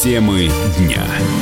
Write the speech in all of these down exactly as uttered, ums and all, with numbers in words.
Темы дня.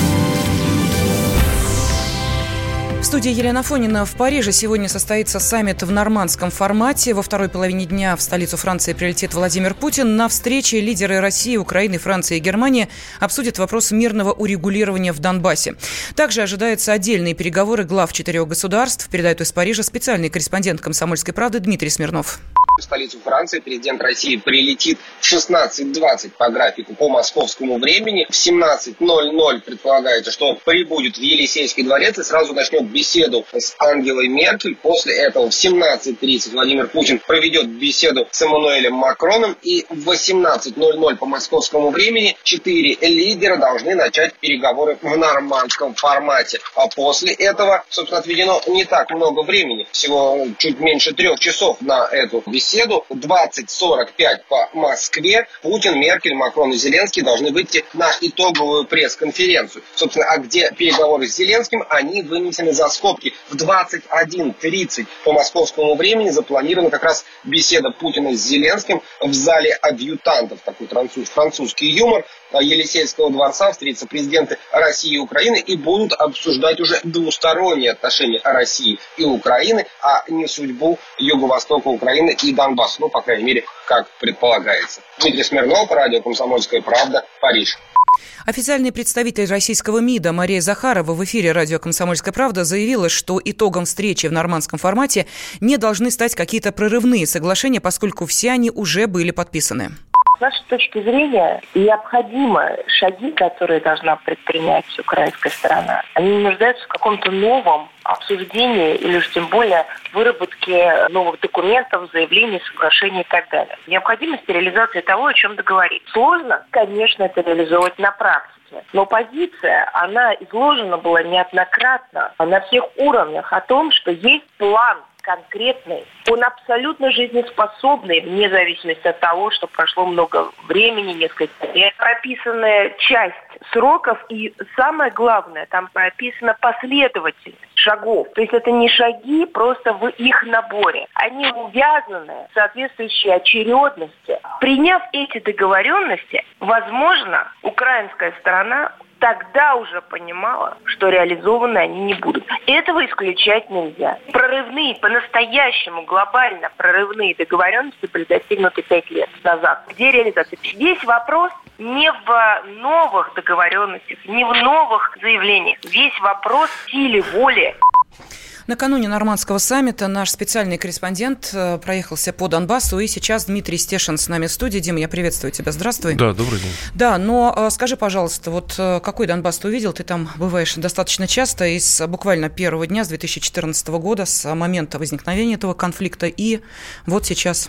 В студии Елена Афонина. В Париже сегодня состоится саммит в нормандском формате. Во второй половине дня в столицу Франции прилетит Владимир Путин. На встрече лидеры России, Украины, Франции и Германии обсудят вопрос мирного урегулирования в Донбассе. Также ожидаются отдельные переговоры глав четырех государств, передает из Парижа специальный корреспондент «Комсомольской правды» Дмитрий Смирнов. В столицу Франции президент России прилетит в шестнадцать двадцать по графику по московскому времени. В семнадцать ноль ноль предполагается, что он прибудет в Елисейский дворец и сразу начнет беседу с Ангелой Меркель. После этого в семнадцать тридцать Владимир Путин проведет беседу с Эммануэлем Макроном. И в восемнадцать ноль ноль по московскому времени четыре лидера должны начать переговоры в нормандском формате. А после этого, собственно, отведено не так много времени. Всего чуть меньше трех часов на эту беседу. двадцать сорок пять по Москве Путин, Меркель, Макрон и Зеленский должны выйти на итоговую пресс-конференцию. Собственно, а где переговоры с Зеленским, они вынесены за скобки. В двадцать один тридцать по московскому времени запланирована как раз беседа Путина с Зеленским в зале адъютантов. Такой француз, французский юмор. Елисейского дворца встретятся президенты России и Украины и будут обсуждать уже двусторонние отношения России и Украины, а не судьбу Юго-Востока Украины и Донбасса. Ну, по крайней мере, как предполагается. Дмитрий Смирнов, радио «Комсомольская правда», Париж. Официальный представитель российского МИДа Мария Захарова в эфире радио «Комсомольская правда» заявила, что итогом встречи в нормандском формате не должны стать какие-то прорывные соглашения, поскольку все они уже были подписаны. С нашей точки зрения, необходимы шаги, которые должна предпринять украинская сторона. Они не нуждаются в каком-то новом обсуждении или уж тем более выработке новых документов, заявлений, соглашений и так далее. Необходимость реализации того, о чем договорились. Сложно, конечно, это реализовать на практике. Но позиция, она изложена была неоднократно на всех уровнях о том, что есть план конкретный, он абсолютно жизнеспособный, вне зависимости от того, что прошло много времени, несколько лет. Прописанная часть сроков и, самое главное, там прописана последовательность шагов. То есть это не шаги просто в их наборе. Они увязаны в соответствующей очередности. Приняв эти договоренности, возможно, украинская сторона тогда уже понимала, что реализованы они не будут. Этого исключать нельзя. Прорывные, по-настоящему глобально прорывные договоренности были достигнуты пять лет назад. Где реализация? Весь вопрос не в новых договоренностях, не в новых заявлениях. Весь вопрос в силе воли. Накануне нормандского саммита наш специальный корреспондент проехался по Донбассу, и сейчас Дмитрий Стешин с нами в студии. Дима, я приветствую тебя, здравствуй. Да, добрый день. Да, но скажи, пожалуйста, вот какой Донбасс ты увидел? Ты там бываешь достаточно часто, и с буквально первого дня, с две тысячи четырнадцатого года, с момента возникновения этого конфликта, и вот сейчас...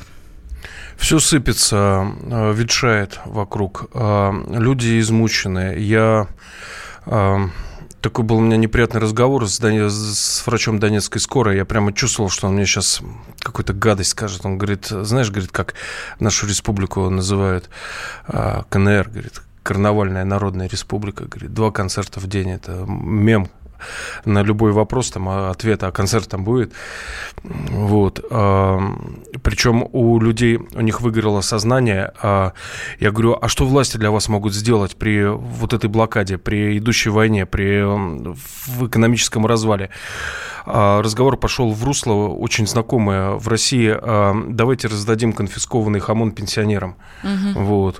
Все сыпется, ветшает вокруг, люди измучены. Я... Такой был у меня неприятный разговор с, Дон... с врачом Донецкой скорой. Я прямо чувствовал, что он мне сейчас какую-то гадость скажет. Он говорит, знаешь, говорит, как нашу республику называют КНР, говорит, Карнавальная Народная Республика. Говорит, два концерта в день. Это мем. На любой вопрос там ответ, а концерт там будет. Вот. Причем у людей, у них выгорело сознание. Я говорю, а что власти для вас могут сделать при вот этой блокаде, при идущей войне, при в экономическом развале? Разговор пошел в русло очень знакомое в России. Давайте раздадим конфискованный хамон пенсионерам. Угу. Вот.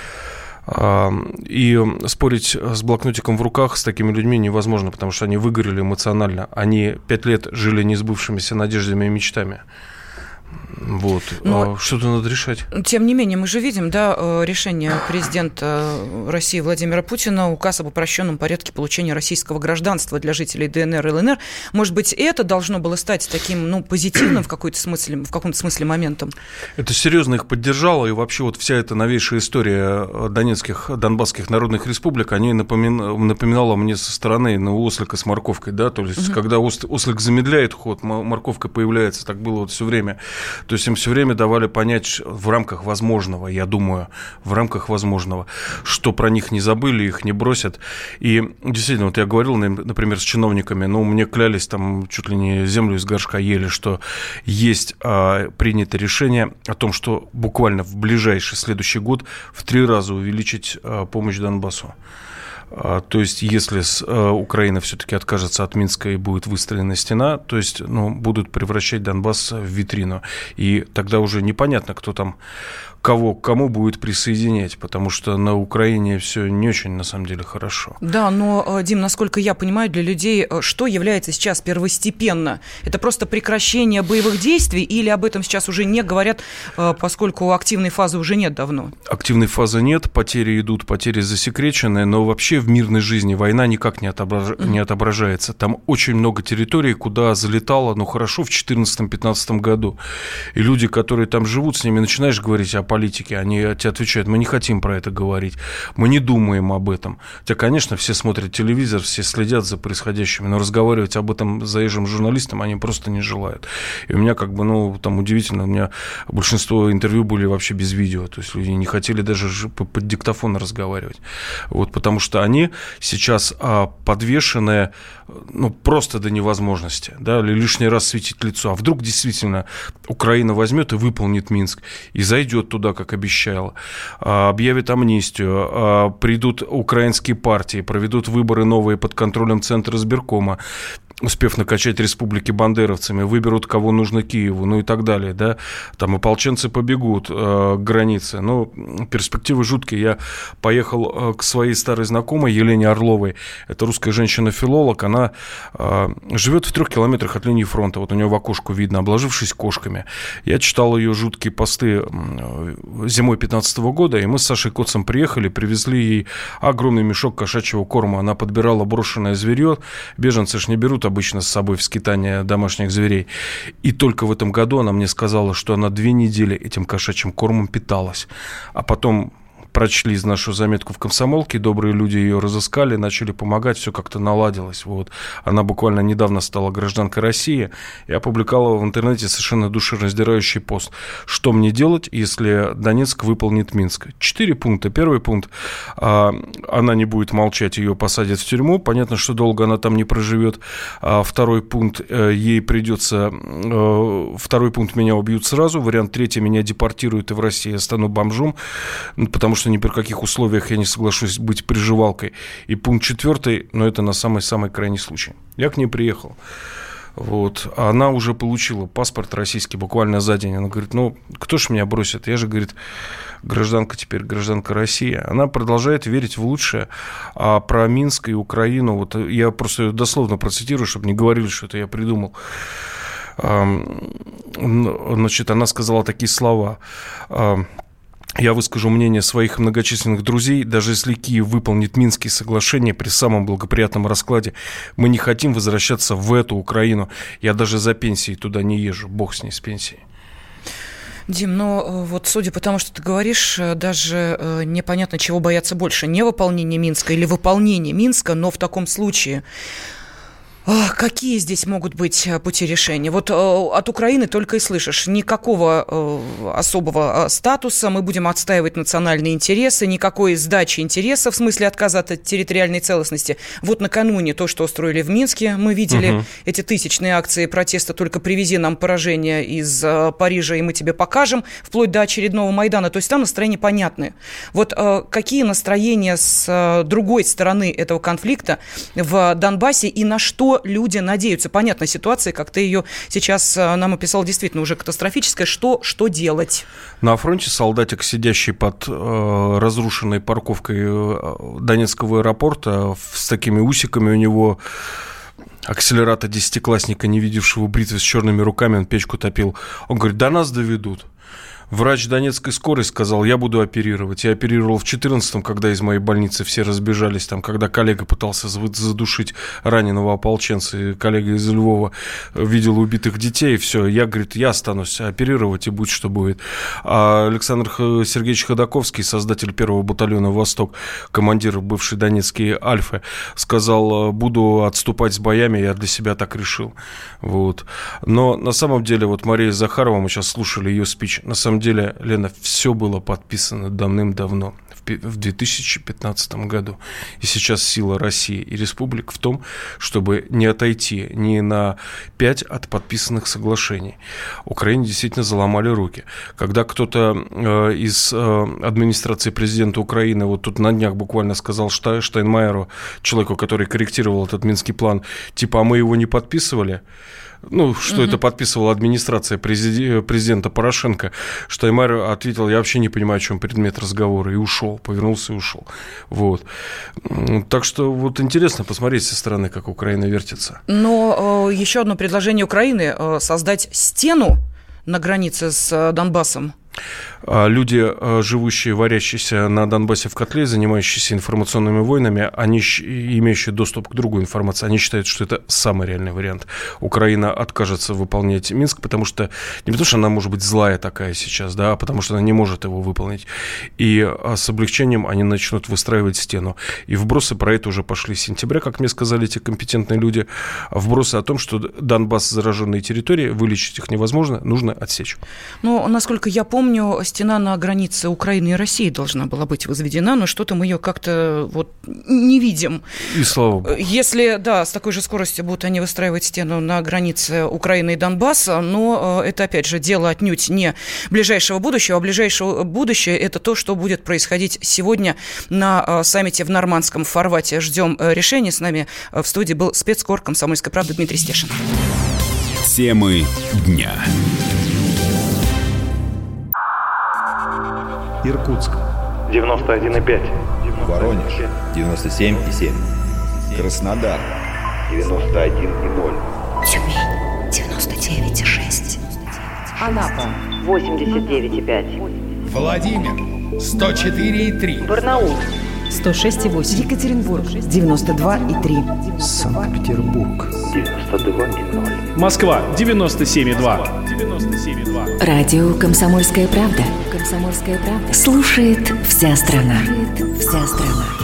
И спорить с блокнотиком в руках с такими людьми невозможно, потому что они выгорели эмоционально. Они пять лет жили несбывшимися надеждами и мечтами. Вот. Но, что-то надо решать. Тем не менее, мы же видим, да, решение президента России Владимира Путина, указ об упрощенном порядке получения российского гражданства для жителей ДНР и ЛНР. Может быть, это должно было стать таким, ну, позитивным в какой-то смысле, в каком-то смысле моментом? Это серьезно их поддержало, и вообще вот вся эта новейшая история донецких, донбасских народных республик, они напомина, напоминала мне со стороны ну, ослика с морковкой, да, то есть, угу. когда ос, ослик замедляет ход, морковка появляется, так было вот все время. То есть им все время давали понять в рамках возможного, я думаю, в рамках возможного, что про них не забыли, их не бросят. И действительно, вот я говорил, например, с чиновниками, ну, мне клялись, там чуть ли не землю из горшка ели, что есть а, принято решение о том, что буквально в ближайший следующий год в три раза увеличить а, помощь Донбассу. То есть, если Украина все-таки откажется от Минска и будет выстроена стена, то есть, ну, будут превращать Донбасс в витрину. И тогда уже непонятно, кто там кого к кому будет присоединять, потому что на Украине все не очень, на самом деле, хорошо. Да, но, Дим, насколько я понимаю, для людей что является сейчас первостепенно? Это просто прекращение боевых действий или об этом сейчас уже не говорят, поскольку активной фазы уже нет давно? Активной фазы нет, потери идут, потери засекреченные, но вообще в мирной жизни война никак не, отображ... mm-hmm. не отображается. Там очень много территорий, куда залетало, ну, хорошо, в две тысячи четырнадцатом-пятнадцатом году. И люди, которые там живут, с ними начинаешь говорить о политики, они тебе отвечают: мы не хотим про это говорить, мы не думаем об этом. Хотя, конечно, все смотрят телевизор, все следят за происходящим, но разговаривать об этом с заезжим журналистом они просто не желают. И у меня как бы, ну, там удивительно, у меня большинство интервью были вообще без видео, то есть люди не хотели даже под диктофон разговаривать. Вот, потому что они сейчас а, подвешены, ну, просто до невозможности, да, лишний раз светить лицо. А вдруг действительно Украина возьмет и выполнит Минск, и зайдет туда, как обещала, объявит амнистию, придут украинские партии, проведут выборы новые под контролем Центра избиркома, успев накачать республики бандеровцами, выберут, кого нужно Киеву, ну и так далее, да, там ополченцы побегут э, к границе, ну, перспективы жуткие. Я поехал э, к своей старой знакомой Елене Орловой, это русская женщина-филолог, она э, живет в трех километрах от линии фронта, вот у нее в окошку видно, обложившись кошками. Я читал ее жуткие посты э, зимой пятнадцатого года, и мы с Сашей Коцем приехали, привезли ей огромный мешок кошачьего корма, она подбирала брошенное зверье, беженцы ж не берут обычно с собой в скитание домашних зверей. И только в этом году она мне сказала, что она две недели этим кошачьим кормом питалась. А потом прочли нашу заметку в «Комсомолке», добрые люди ее разыскали, начали помогать, все как-то наладилось. Вот. Она буквально недавно стала гражданкой России и опубликовала в интернете совершенно душераздирающий пост. Что мне делать, если Донецк выполнит Минск? Четыре пункта. Первый пункт. Она не будет молчать, ее посадят в тюрьму. Понятно, что долго она там не проживет. Второй пункт. Ей придется... Второй пункт. Меня убьют сразу. Вариант третий. Меня депортируют, и в России я стану бомжом, потому что что ни при каких условиях я не соглашусь быть приживалкой. И пункт четвертый, но это на самый-самый крайний случай. Я к ней приехал. Вот. А она уже получила паспорт российский буквально за день. Она говорит: ну, кто ж меня бросит? Я же, говорит, гражданка теперь, гражданка России. Она продолжает верить в лучшее. А про Минск и Украину, вот я просто дословно процитирую, чтобы не говорили, что это я придумал. Значит, она сказала такие слова: я выскажу мнение своих многочисленных друзей. Даже если Киев выполнит Минские соглашения при самом благоприятном раскладе, мы не хотим возвращаться в эту Украину. Я даже за пенсией туда не езжу. Бог с ней, с пенсией. Дим, ну вот судя по тому, что ты говоришь, даже непонятно, чего бояться больше. Невыполнение Минска или выполнение Минска, но в таком случае... Какие здесь могут быть пути решения? Вот от Украины только и слышишь: никакого особого статуса, мы будем отстаивать национальные интересы, никакой сдачи интересов, в смысле отказа от территориальной целостности. Вот накануне то, что устроили в Минске, мы видели угу. эти тысячные акции протеста «Только привези нам поражение из Парижа, и мы тебе покажем», вплоть до очередного Майдана. То есть там настроения понятны. Вот какие настроения с другой стороны этого конфликта в Донбассе и на что люди надеются? Понятно, ситуация, как ты ее сейчас нам описал, действительно уже катастрофическая. Что, что делать? На фронте солдатик, сидящий под э, разрушенной парковкой Донецкого аэропорта, с такими усиками у него, акселерата десятиклассника, не видевшего бритвы, с черными руками, он печку топил. Он говорит: до нас доведут. Врач донецкой скорой сказал, я буду оперировать. Я оперировал в четырнадцатом, когда из моей больницы все разбежались, там, когда коллега пытался задушить раненого ополченца, и коллега из Львова видел убитых детей, все, я, говорит, я останусь оперировать, и будь что будет. А Александр Сергеевич Ходаковский, создатель первого батальона «Восток», командир бывшей Донецкой «Альфы», сказал, буду отступать с боями, я для себя так решил. Вот. Но на самом деле, вот Мария Захарова, мы сейчас слушали ее спич, на самом деле, Лена, все было подписано давным-давно, в две тысячи пятнадцатом году. И сейчас сила России и республик в том, чтобы не отойти ни на пять от подписанных соглашений. Украине действительно заломали руки. Когда кто-то э, из э, администрации президента Украины, вот тут на днях буквально сказал Штайнмайеру, человеку, который корректировал этот Минский план, типа, а мы его не подписывали, ну, что mm-hmm. это подписывала администрация президента Порошенко, Штайнмайер ответил, я вообще не понимаю, о чем предмет разговора, и ушел, повернулся и ушел. Вот. Так что вот интересно посмотреть со стороны, как Украина вертится. Но э, еще одно предложение Украины э, – создать стену на границе с Донбассом. Люди, живущие, варящиеся на Донбассе в котле, занимающиеся информационными войнами, они, имеющие доступ к другой информации, они считают, что это самый реальный вариант. Украина откажется выполнять Минск, потому что, не потому что она может быть злая такая сейчас, да, а потому что она не может его выполнить. И с облегчением они начнут выстраивать стену. И вбросы про это уже пошли с сентября, как мне сказали эти компетентные люди. Вбросы о том, что Донбасс – зараженные территории, вылечить их невозможно, нужно отсечь. Ну, насколько я помню, стена на границе Украины и России должна была быть возведена, но что-то мы ее как-то вот не видим. И слава богу. Если, да, с такой же скоростью будут они выстраивать стену на границе Украины и Донбасса, но это, опять же, дело отнюдь не ближайшего будущего, а ближайшее будущее – это то, что будет происходить сегодня на саммите в нормандском формате. Ждем решения. С нами в студии был спецкор «Комсомольской правды» Дмитрий Стешин. Темы дня. Иркутск девяносто один и пять, Воронеж девяносто семь и семь, Краснодар девяносто один и ноль, Тюмень девяносто девять и шесть, Анапа восемьдесят девять и пять, Владимир сто четыре и три, Барнаул сто шесть и восемь, Екатеринбург девяносто два и три, Санкт-Петербург девяносто два и ноль, Москва девяносто семь и два. Радио «Комсомольская правда». «Комсомольская правда». Слушает вся страна. Слушает вся страна.